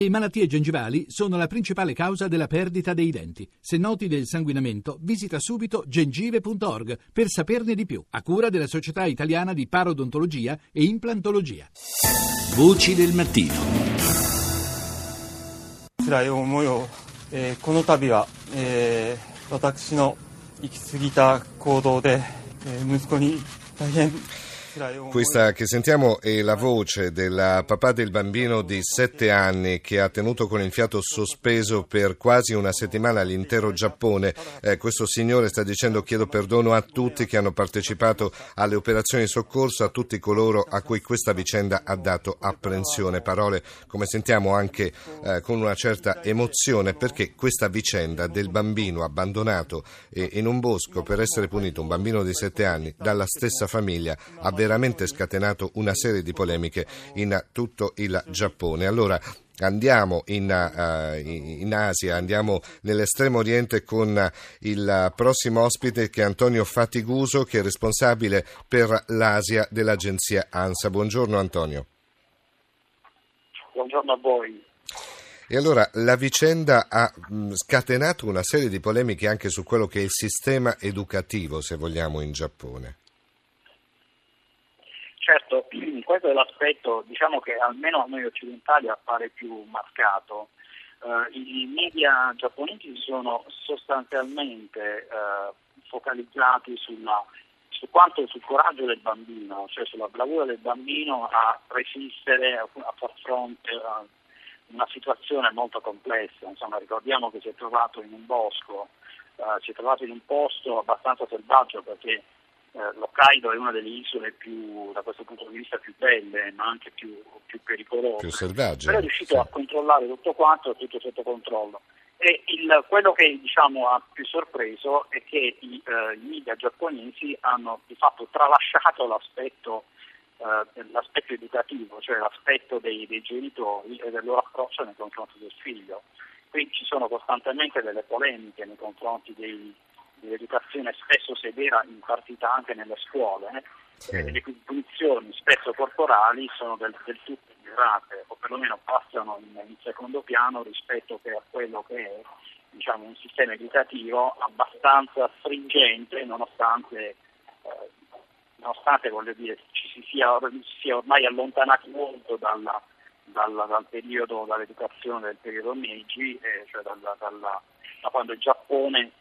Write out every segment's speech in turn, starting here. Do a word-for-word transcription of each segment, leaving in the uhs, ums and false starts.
Le malattie gengivali sono la principale causa della perdita dei denti. Se noti del sanguinamento, visita subito gengive punto org per saperne di più, a cura della Società Italiana di Parodontologia e Implantologia. Voci del mattino. 辛い思いを、えー、この度は、えー、私の行き過ぎた行動で、えー、息子に大変 Questa che sentiamo è la voce del papà del bambino di sette anni che ha tenuto con il fiato sospeso per quasi una settimana l'intero Giappone. Eh, questo signore sta dicendo: chiedo perdono a tutti che hanno partecipato alle operazioni di soccorso, a tutti coloro a cui questa vicenda ha dato apprensione. Parole, come sentiamo, anche eh, con una certa emozione, perché questa vicenda del bambino abbandonato eh, in un bosco per essere punito, un bambino di sette anni, dalla stessa famiglia, ha veramente scatenato una serie di polemiche in tutto il Giappone. Allora andiamo in, uh, in Asia, andiamo nell'estremo oriente con il prossimo ospite, che è Antonio Fatiguso, che è responsabile per l'Asia dell'agenzia ANSA. Buongiorno Antonio. Buongiorno a voi. E allora la vicenda ha mh, scatenato una serie di polemiche anche su quello che è il sistema educativo, se vogliamo, in Giappone. Certo, questo è l'aspetto, diciamo, che almeno a noi occidentali appare più marcato. Uh, I media giapponesi sono sostanzialmente uh, focalizzati sulla, su quanto sul coraggio del bambino, cioè sulla bravura del bambino a resistere, a, a far fronte a una situazione molto complessa. Insomma, ricordiamo che si è trovato in un bosco, uh, si è trovato in un posto abbastanza selvaggio, perché Eh, l'Hokkaido è una delle isole più, da questo punto di vista, più belle, ma anche più, più pericolose. Più selvagge. Però è riuscito sì. a controllare tutto quanto, tutto sotto controllo. E il, quello che diciamo ha più sorpreso è che i, eh, i media giapponesi hanno di fatto tralasciato l'aspetto, eh, l'aspetto educativo, cioè l'aspetto dei, dei genitori e del loro approccio nei confronti del figlio. Qui ci sono costantemente delle polemiche nei confronti dei dell'educazione spesso severa impartita anche nelle scuole, eh? Sì. E le punizioni spesso corporali sono del, del tutto ignorate, o perlomeno passano in, in secondo piano rispetto che a quello che è, diciamo, un sistema educativo abbastanza stringente, nonostante eh, nonostante voglio dire ci si sia, si sia ormai allontanati molto dalla, dalla, dal periodo, dall'educazione del periodo Meiji, eh, cioè dalla, dalla, da quando il Giappone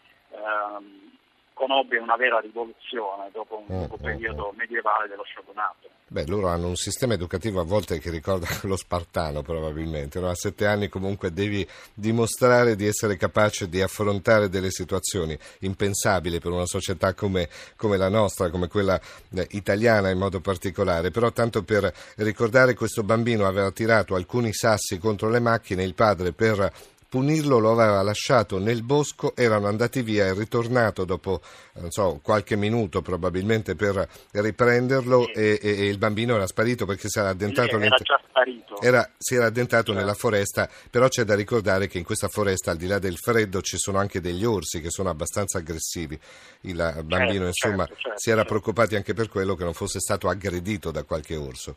Ehm, conobbe una vera rivoluzione dopo un, dopo un periodo medievale dello shogunato. Beh, loro hanno un sistema educativo a volte che ricorda quello spartano, probabilmente, no? A sette anni comunque devi dimostrare di essere capace di affrontare delle situazioni impensabili per una società come, come la nostra, come quella eh, italiana in modo particolare. Però, tanto per ricordare, questo bambino aveva tirato alcuni sassi contro le macchine, il padre, per punirlo, lo aveva lasciato nel bosco, erano andati via, è ritornato dopo non so, qualche minuto probabilmente per riprenderlo, sì. e, e, e il bambino era sparito perché si era addentrato, sì, era già sparito. Era, si era addentrato, certo, nella foresta. Però c'è da ricordare che in questa foresta, al di là del freddo, ci sono anche degli orsi che sono abbastanza aggressivi. Il bambino, certo, insomma, certo, certo, si era certo. preoccupati anche per quello, che non fosse stato aggredito da qualche orso.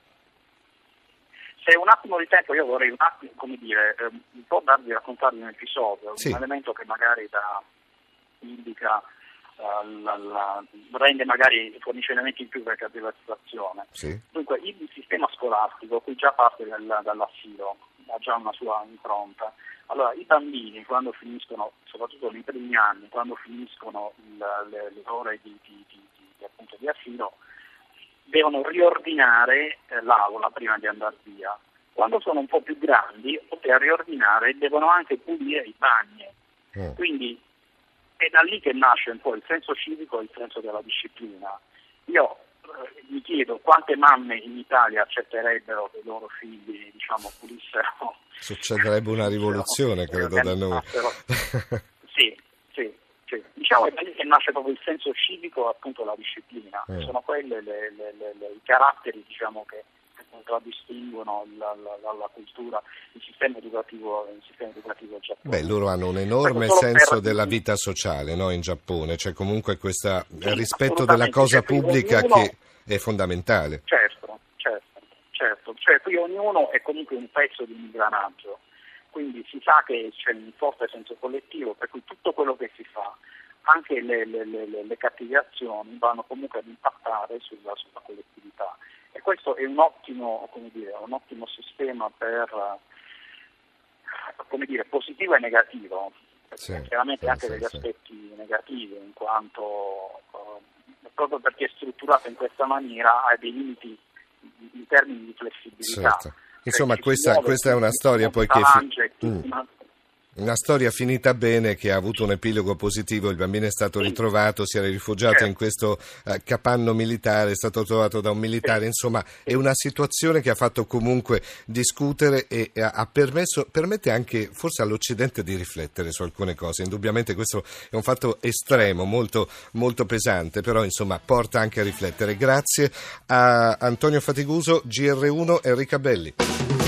Se un attimo di tempo io vorrei un attimo, come dire, eh, un po' darvi raccontarvi un episodio, sì. Un elemento che magari da, indica, uh, la, la, rende magari, fornisce elementi in più per capire la situazione. Sì. Dunque, il sistema scolastico, qui già parte dal, dall'asilo, ha già una sua impronta. Allora, i bambini, quando finiscono, soprattutto nei primi anni, quando finiscono il, le, le ore di, di, di, di, appunto, di asilo, devono riordinare eh, l'aula prima di andare via. Quando sono un po' più grandi, oltre a riordinare, devono anche pulire i bagni. Mm. Quindi è da lì che nasce un po' il senso civico e il senso della disciplina. Io eh, mi chiedo quante mamme in Italia accetterebbero che i loro figli, diciamo, pulissero. Succederebbe una rivoluzione, credo, da noi. Sì, sì. Cioè, diciamo è da lì che nasce proprio il senso civico, appunto la disciplina. Mm. Sono quelle le, le, le, le, i caratteri, diciamo, che contraddistinguono la, la, la, la cultura, il sistema educativo, il sistema educativo giapponese. Beh, loro hanno un enorme senso per... della vita sociale, no, in Giappone. C'è comunque questo sì, rispetto della cosa pubblica, ognuno... che è fondamentale. Certo, certo, certo. Cioè qui ognuno ognuno è comunque un pezzo di un ingranaggio, quindi si sa che c'è un forte senso collettivo, per cui tutto quello che si fa, anche le, le, le, le cattive azioni, vanno comunque ad impattare sulla, sulla collettività. E questo è un ottimo, come dire, un ottimo sistema per, come dire, positivo e negativo. Sì, chiaramente sì, anche sì, degli sì. aspetti negativi, in quanto uh, proprio perché è strutturato in questa maniera ha dei limiti in termini di flessibilità. Certo. Insomma, questa, questa è una storia poi che... Fi- mm. Una storia finita bene, che ha avuto un epilogo positivo. Il bambino è stato ritrovato, si era rifugiato in questo uh, capanno militare, è stato trovato da un militare. Insomma, è una situazione che ha fatto comunque discutere e ha permesso, permette anche forse all'Occidente di riflettere su alcune cose. Indubbiamente questo è un fatto estremo, molto, molto pesante, però insomma porta anche a riflettere. Grazie a Antonio Fatiguso, G R uno, Enrica Belli.